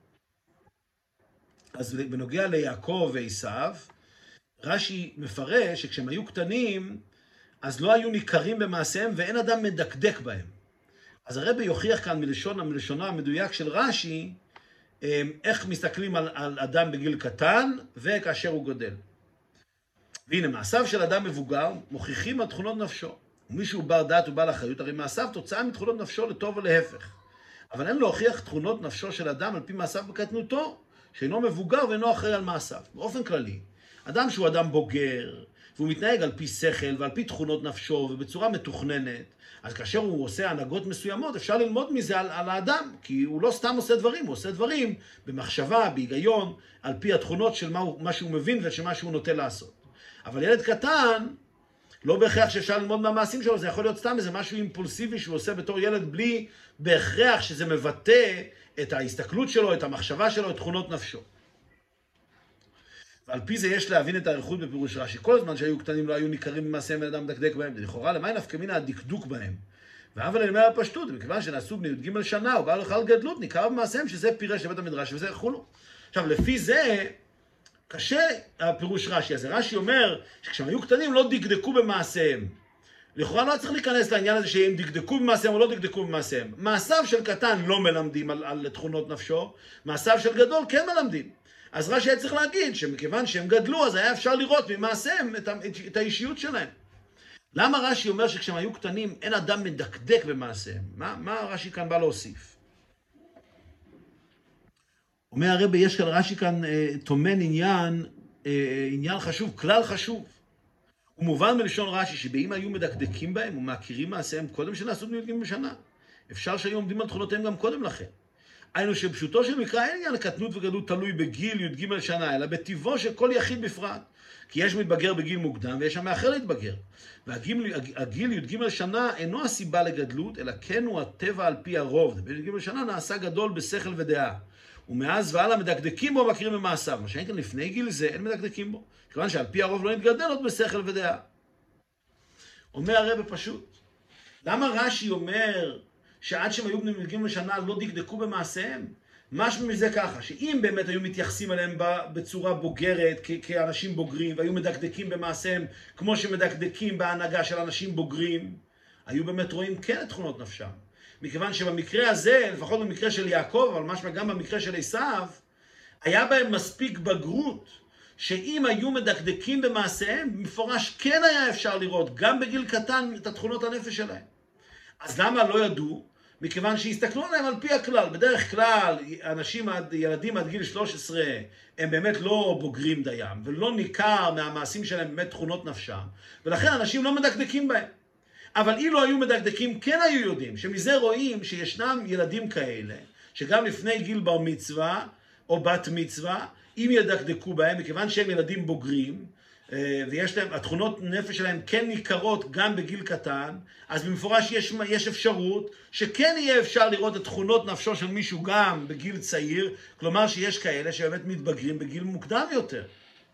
אז בנוגע ליעקב ועשיו, רש"י מפרש שכשהם היו קטנים, אז לא היו ניכרים במעשיהם ואין אדם מדקדק בהם. אז הרבי יוכיח כאן מלשונו המדויק של רש"י, איך מסתכלים על אדם בגיל קטן וכאשר הוא גודל. והנה, מעשיו של אדם מבוגר מוכיחים על תכונות נפשו. ומישהו בר דעת ובעל אחריות, הרי מעשיו תוצאה מתכונות נפשו לטוב ולהפך. אבל אין להוכיח תכונות נפשו של אדם על פי מעשיו בקטנותו, שאינו מבוגר ואינו אחראי על מעשיו. באופן כללי, אדם שהוא אדם בוגר, והוא מתנהג על פי שכל ועל פי תכונות נפשו ובצורה מתוכננת, אז כאשר הוא עושה הנהגות מסוימות, אפשר ללמוד מזה על האדם, כי הוא לא סתם עושה דברים, הוא עושה דברים במחשבה, בהיגיון, על פי התכונות של מה שהוא מבין ושמה שהוא נוטה לעשות. אבל ילד קטן, לא בהכרח שאפשר ללמוד מהמעשים שלו, זה יכול להיות סתם איזה משהו אימפולסיבי שהוא עושה בתור ילד, בלי בהכרח שזה מבטא את ההסתכלות שלו, את המחשבה שלו, את תכונות נפשו. ועל פי זה יש להבין את האריכות בפירוש רש"י. כל הזמן שהיו קטנים לא היו ניכרים במעשיהם ואין אדם מדקדק בהם. לכאורה, למה נפקא מינה הדקדוק בהם? אבל אני אומר הפשטות, מכיוון שנעשו בני י"ג שנה, או בעל בכלל גדלות, ניכר במעשיהם שזה פירש לבית המדרש וזה חולו. עכשיו, לפי זה, קשה הפירוש רש"י הזה. רש"י אומר שכשהם היו קטנים לא דקדקו במעשיהם. לכאורה לא צריך להיכנס לעניין הזה שהם דקדקו במעשיהם או לא דקדקו במעשיהם. מעשיו של קטן לא מלמדים על תכונות נפשו, מעשיו של גדול כן מלמדים. אז רש"י היה צריך להגיד שמכיוון שהם גדלו, אז היה אפשר לראות ממעשיהם את האישיות שלהם. למה רש"י אומר שכשהם היו קטנים אין אדם מדקדק במעשיהם? מה רש"י כאן בא להוסיף? אומר הרבי, יש כאן רש"י כאן טומן עניין חשוב, כלל חשוב. הוא מובן בלשון רש"י שבאם היו מדקדקים בהם ומכירים מעשיהם קודם שנעשו בני י"ג בשנה, אפשר שהיו עומדים על תכונותיהם גם קודם לכן. היינו שבפשוטו של מקרא אין עניין קטנות וגדלות תלוי בגיל י"ג שנה, אלא בטבעו של כל יחיד בפרט. כי יש מתבגר בגיל מוקדם ויש המאחר להתבגר. והגיל י"ג שנה אינו הסיבה לגדלות, אלא כן הוא הטבע על פי הרוב. בי"ג שנה נעשה גדול בשכל ודעה. ומאז והלאה מדקדקים בו ומכירים במעשיו. מה שאין כאן לפני גיל זה, אין מדקדקים בו. כיוון שעל פי הרוב לא נתגדל עוד בשכל ודעה. אומר הרב פשוט. למה רש"י אומר שעד שהם היו בני י"ג שנה לא דקדקו במעשיהם? משהו מזה ככה, שאם באמת היו מתייחסים אליהם בצורה בוגרת, כאנשים בוגרים, והיו מדקדקים במעשיהם כמו שמדקדקים בהנהגה של אנשים בוגרים, היו באמת רואים כן את תכונות נפשם. מכיוון שבמקרה הזה, לפחות במקרה של יעקב, אבל משמע גם במקרה של עשיו, היה בהם מספיק בגרות, שאם היו מדקדקים במעשיהם, במפורש כן היה אפשר לראות, גם בגיל קטן, את התכונות הנפש שלהם. אז למה לא ידעו? מכיוון שהסתכלו עליהם על פי הכלל. בדרך כלל, ילדים עד גיל 13, הם באמת לא בוגרים דיים, ולא ניכר מהמעשים שלהם באמת תכונות נפשם, ולכן אנשים לא מדקדקים בהם. אבל אילו היו מדקדקים, כן היו יודעים, שמזה רואים שישנם ילדים כאלה, שגם לפני גיל בר מצווה, או בת מצווה, אם ידקדקו בהם, מכיוון שהם ילדים בוגרים, ויש להם, התכונות נפש שלהם כן ניכרות גם בגיל קטן, אז במפורש יש אפשרות שכן יהיה אפשר לראות את תכונות נפשו של מישהו גם בגיל צעיר, כלומר שיש כאלה שבאמת מתבגרים בגיל מוקדם יותר.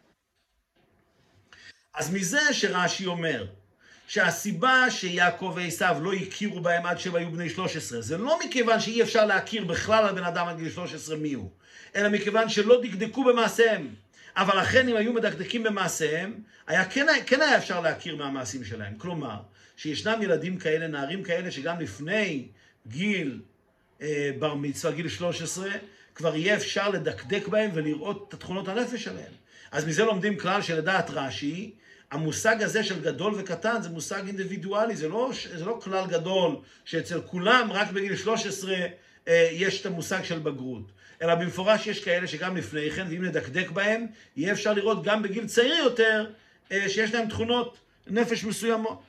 אז מזה שרש"י אומר, שהסיבה שיעקב ועשיו לא הכירו בהם עד שהם היו בני 13, זה לא מכיוון שאי אפשר להכיר בכלל על בן אדם עד גיל 13 מי הוא, אלא מכיוון שלא דקדקו במעשיהם. אבל אכן אם היו מדקדקים במעשיהם, כן היה אפשר להכיר מהמעשים שלהם. כלומר, שישנם ילדים כאלה, נערים כאלה, שגם לפני גיל בר מצווה, גיל 13, כבר יהיה אפשר לדקדק בהם ולראות את תכונות הנפש שלהם. אז מזה לומדים כלל שלדעת רש"י, המושג הזה של גדול וקטן זה מושג אינדיבידואלי, זה לא כלל גדול שאצל כולם רק בגיל 13 יש את המושג של בגרות. אלא במפורש יש כאלה שגם לפני כן, ואם נדקדק בהם, יהיה אפשר לראות גם בגיל צעיר יותר, שיש להם תכונות נפש מסוימות.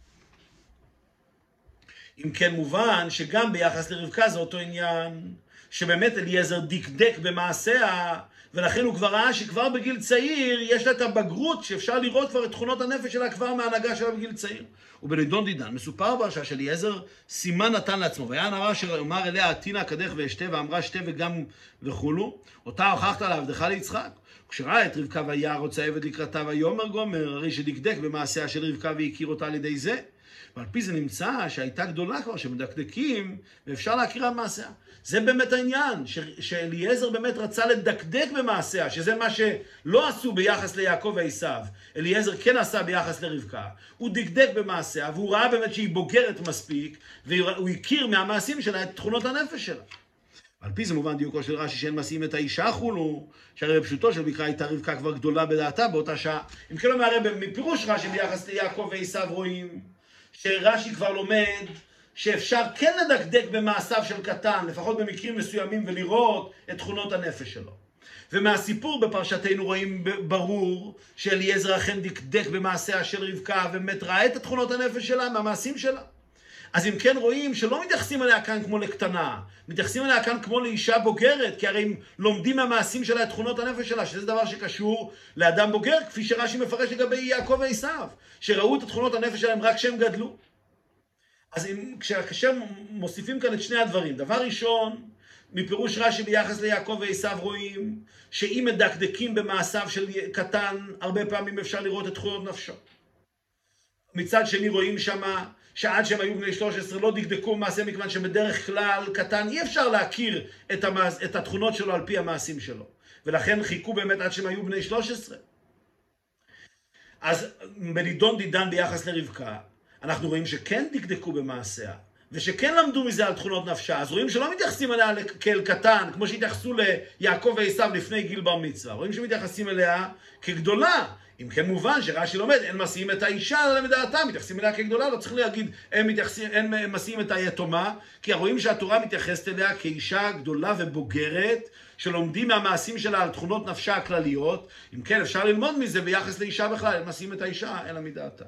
אם כן מובן שגם ביחס לרבקה זה אותו עניין, שבאמת אליעזר דקדק במעשיה, ולכן הוא כבר ראה שכבר בגיל צעיר יש לה את הבגרות שאפשר לראות כבר את תכונות הנפש שלה כבר מההנהגה שלה בגיל צעיר. ובנידון דידן מסופר בה שאליעזר סימן נתן לעצמו, והיה נערה שאמר אליה עתינה קדך ואשתה, ואמרה שתה וגם וכולו, אותה הוכחת לעבדך ליצחק. כשראה את רבקה והיה רוצה עבד לקראתה ויאמר גומר, הרי שדקדק במעשיה של רבקה והכיר אותה על ידי זה. ועל פי זה נמצא שהייתה גדולה כבר, שמדקדקים, ואפשר להכירה במעשיה. זה באמת העניין, שאליעזר באמת רצה לדקדק במעשיה, שזה מה שלא עשו ביחס ליעקב ועשיו. אליעזר כן עשה ביחס לרבקה. הוא דקדק במעשיה, והוא ראה באמת שהיא בוגרת מספיק, והוא הכיר מהמעשים שלה את תכונות הנפש שלה. על פי זה מובן דיוקו של רש"י שאין מעשים את האישה חולו, שהרי בפשוטו של מקרא הייתה רבקה כבר גדולה בדעתה באותה שעה. אם כן אומר, מפירוש רש"י ביחס ליעקב ועשיו רואים שרש"י כבר לומד שאפשר כן לדקדק במעשיו של קטן, לפחות במקרים מסוימים, ולראות את תכונות הנפש שלו. ומהסיפור בפרשתנו רואים ברור שאליעזר אכן דקדק במעשיה של רבקה, ובאמת ראה את תכונות הנפש שלה מהמעשים שלה. אז אם כן רואים שלא מתייחסים אליה כאן כמו לקטנה, מתייחסים אליה כאן כמו לאישה בוגרת, כי הרי הם לומדים מהמעשים שלה את תכונות הנפש שלה, שזה דבר שקשור לאדם בוגר, כפי שרש"י מפרש לגבי יעקב ועשיו, שראו את תכונות הנפש שלהם רק כשהם גדלו. אז כאשר מוסיפים כאן את שני הדברים, דבר ראשון, מפירוש רש"י ביחס ליעקב ועשיו רואים שאם מדקדקים במעשיו של קטן, הרבה פעמים אפשר לראות את תכונות נפשו. מצד שני רואים שמה שעד שהם היו בני 13 לא דקדקו במעשה, מכיוון שבדרך כלל קטן אי אפשר להכיר את התכונות שלו על פי המעשים שלו. ולכן חיכו באמת עד שהם היו בני 13. אז בנידון דידן ביחס לרבקה, אנחנו רואים שכן דקדקו במעשיה, ושכן למדו מזה על תכונות נפשה. אז רואים שלא מתייחסים אליה כאל קטן, כמו שהתייחסו ליעקב ועשיו לפני גיל בר מצווה. רואים שמתייחסים אליה כגדולה. אם כן מובן שרש"י לומד, אין מסיעים את האישה אלא מדעתה, מתייחסים אליה כגדולה, לא צריך להגיד, אין מסיעים את היתומה, כי רואים שהתורה מתייחסת אליה כאישה גדולה ובוגרת, שלומדים מהמעשים שלה על תכונות נפשה הכלליות. אם כן אפשר ללמוד מזה ביחס לאישה בכלל, אין מסיעים את האישה אלא מדעתה.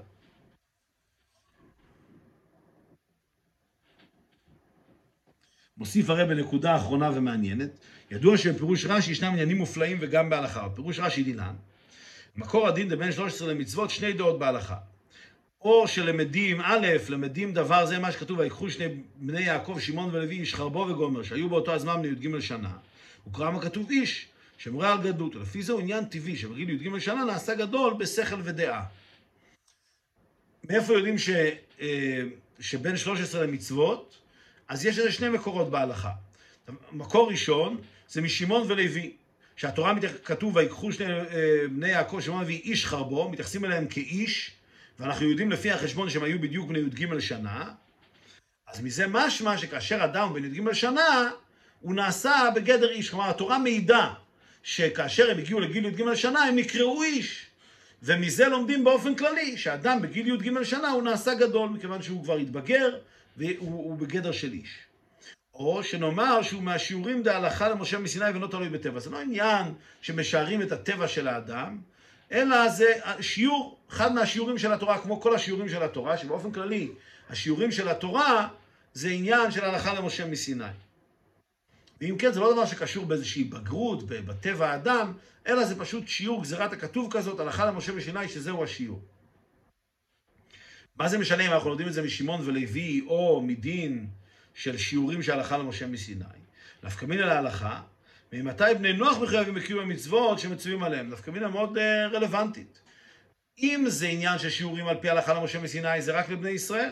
מוסיף הרב בנקודה האחרונה ומעניינת, ידוע שבפירוש רש"י ישנם עניינים מופלאים וגם בהלכה. בפירוש רש"י דינן, מקור הדין דבין 13 למצוות, שני דעות בהלכה. או שלמדים, א', למדים דבר, זה מה שכתוב, ויקחו שני בני יעקב, שמעון ולוי, איש חרבו וגומר, שהיו באותו הזמן בני י"ג שנה. וקרא מה כתוב איש, שמורה על גדלות, ולפי זה הוא עניין טבעי, שבגיל י"ג שנה נעשה גדול בשכל ודעה. מאיפה יודעים שבין 13 למצוות? אז יש איזה שני מקורות בהלכה. מקור ראשון זה משמעון ולוי, שהתורה כתוב ויקחו שני בני יעקב שמעון ולוי איש חרבו, מתייחסים אליהם כאיש, ואנחנו יודעים לפי החשבון שהם היו בדיוק בני י"ג שנה. אז מזה משמע שכאשר אדם בן י"ג שנה, הוא נעשה בגדר איש. כלומר, התורה מעידה שכאשר הם הגיעו לגיל י"ג שנה, הם נקראו איש. ומזה לומדים באופן כללי, שאדם בגיל י"ג שנה הוא נעשה גדול, מכיוון שהוא כבר התבגר, והוא בגדר של איש. או שנאמר שהוא מהשיעורים דהלכה למשה מסיני ולא תלוי בטבע. זה לא עניין שמשערים את הטבע של האדם, אלא זה שיעור, אחד מהשיעורים של התורה, כמו כל השיעורים של התורה, שבאופן כללי, השיעורים של התורה זה עניין של הלכה למשה מסיני. ואם כן, זה לא דבר שקשור באיזושהי בגרות, בטבע האדם, אלא זה פשוט שיעור גזירת הכתוב כזאת, הלכה למשה מסיני, שזהו השיעור. מה זה משנה אם אנחנו לומדים את זה משמעון ולוי, או מדין של שיעורים של הלכה למשה מסיני? נפקא מינה להלכה, ממתי בני נוח מחויבים בקיום המצוות שמצווים עליהם? נפקא מינה מאוד רלוונטית. אם זה עניין של שיעורים על פי הלכה למשה מסיני, זה רק לבני ישראל.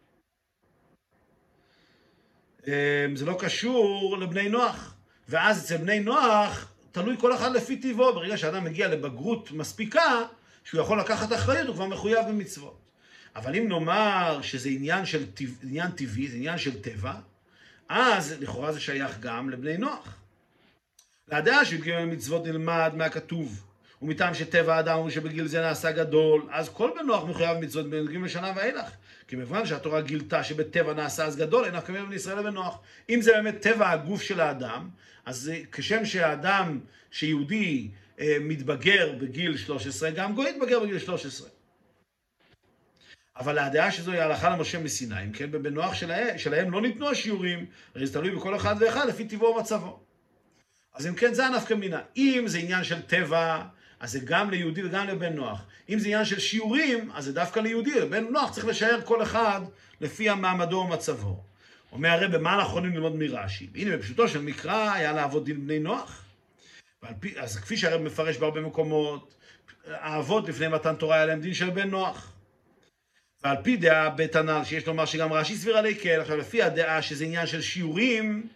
זה לא קשור לבני נוח. ואז אצל בני נוח, תלוי כל אחד לפי טבעו. ברגע שאדם מגיע לבגרות מספיקה, שהוא יכול לקחת אחריות, הוא כבר מחויב במצוות. אבל אם נאמר שזה עניין טבעי, זה עניין של טבע, אז לכאורה זה שייך גם לבני נוח. לדעה שי"ג מצוות נלמד מהכתוב, ומטעם שטבע האדם הוא שבגיל זה נעשה גדול, אז כל בן נוח מחויב במצוות בין י"ג שנה ואילך. כי במובן שהתורה גילתה שבטבע נעשה אז גדול, אין נפקא מינה בין ישראל לבין נוח. אם זה באמת טבע הגוף של האדם, אז כשם שהאדם שיהודי מתבגר בגיל 13, גם גוי יתבגר בגיל 13. אבל הדעה שזוהי ההלכה למשה מסיני, אם כן, בבן נוח שלהם לא ניתנו השיעורים, הרי זה תלוי בכל אחד ואחד לפי טבעו ומצבו. אז אם כן, זה הנפקא מינה. אם זה עניין של טבע, אז זה גם ליהודי וגם לבן נוח. אם זה עניין של שיעורים, אז זה דווקא ליהודי, לבן נוח צריך לשער כל אחד לפי המעמדו ומצבו. אומר הרב, במה אנחנו יכולים ללמוד מרש"י? הנה, בפשוטו של מקרא היה לעבוד דין בני נוח. אז כפי שהרב מפרש בהרבה מקומות, האבות לפני מתן תורה היה להם דין של בן נוח. ועל פי דעה בית הנ"ל, שיש לומר שגם רש"י סביר עלי כן, עכשיו לפי הדעה שזה עניין של שיעורים,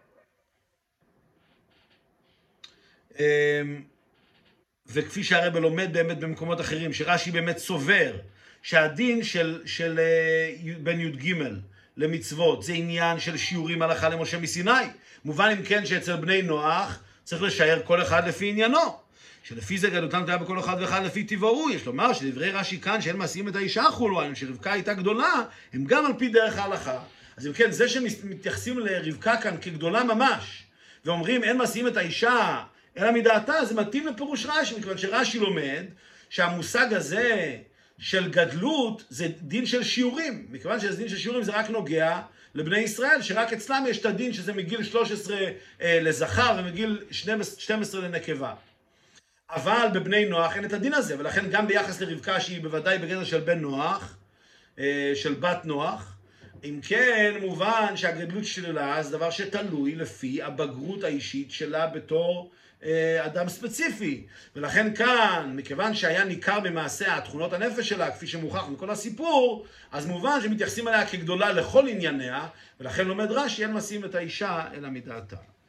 וכפי שהרב לומד באמת במקומות אחרים, שרש"י באמת סובר שהדין של בן י"ג למצוות זה עניין של שיעורים הלכה למשה מסיני, מובן אם כן שאצל בני נוח צריך לשער כל אחד לפי עניינו, שלפי זה גדולתם תהיה בכל אחד ואחד לפי טבעו. יש לומר שדברי רש"י כאן שאין מעשים את האישה חולו, שרבקה הייתה גדולה, הם גם על פי דרך ההלכה. אז אם כן, זה שמתייחסים לרבקה כאן כגדולה ממש, ואומרים אין מעשים את האישה אלא מדעתה, זה מתאים לפירוש רש"י, מכיוון שרש"י לומד שהמושג הזה של גדלות זה דין של שיעורים, מכיוון שזה דין של שיעורים זה רק נוגע לבני ישראל, שרק אצלם יש את הדין שזה מגיל 13 לזכר ומגיל 12 לנקבה. אבל בבני נוח אין את הדין הזה, ולכן גם ביחס לרבקה שהיא בוודאי בגדר של בן נוח, של בת נוח, אם כן מובן שהגדלות שלה זה דבר שתלוי לפי הבגרות האישית שלה בתור אדם ספציפי. ולכן כאן, מכיוון שהיה ניכר במעשה תכונות הנפש שלה, כפי שמוכח מכל הסיפור, אז מובן שמתייחסים עליה כגדולה לכל ענייניה, ולכן לומד רש"י אין מעשים את האישה אלא מדעתה.